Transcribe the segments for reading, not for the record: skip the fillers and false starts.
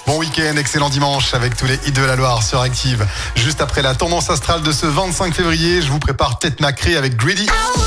Bon week-end, excellent dimanche avec tous les hits de la Loire sur Active. Juste après la tendance astrale de ce 25 février, je vous prépare Ted McRae avec Greedy.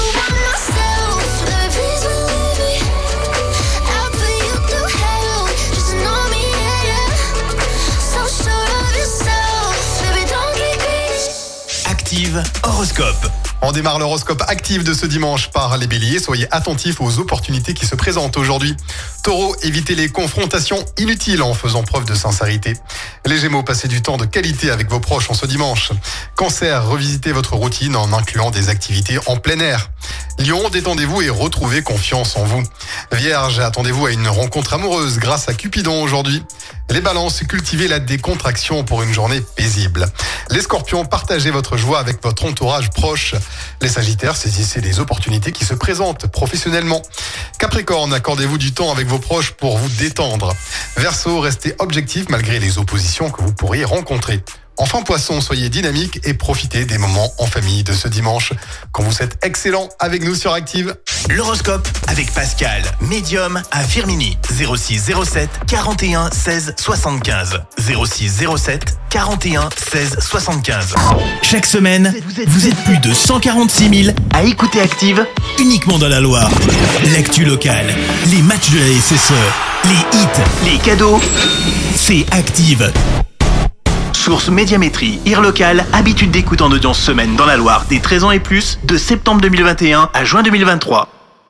Active horoscope. On démarre l'horoscope Active de ce dimanche par les béliers. Soyez attentifs aux opportunités qui se présentent aujourd'hui. Taureau, évitez les confrontations inutiles en faisant preuve de sincérité. Les gémeaux, passez du temps de qualité avec vos proches en ce dimanche. Cancer, revisitez votre routine en incluant des activités en plein air. Lion, détendez-vous et retrouvez confiance en vous. Vierge, attendez-vous à une rencontre amoureuse grâce à Cupidon aujourd'hui. Les balances, cultivez la décontraction pour une journée paisible. Les scorpions, partagez votre joie avec votre entourage proche. Les sagittaires, saisissez les opportunités qui se présentent professionnellement. Capricorne, accordez-vous du temps avec vos proches pour vous détendre. Verseau, restez objectif malgré les oppositions que vous pourriez rencontrer. Enfin Poisson, soyez dynamique et profitez des moments en famille de ce dimanche. Qu'on vous souhaite excellent avec nous sur Active. L'horoscope avec Pascal, médium à Firminy. 06 07 41 16 75. 06 07 41 16 75. Chaque semaine, vous êtes plus de 146 000 à écouter Active uniquement dans la Loire. L'actu locale, les matchs de la SSE, les hits, les cadeaux, c'est Active. Source Médiamétrie, IR local, habitude d'écoute en audience semaine dans la Loire des 13 ans et plus, de septembre 2021 à juin 2023.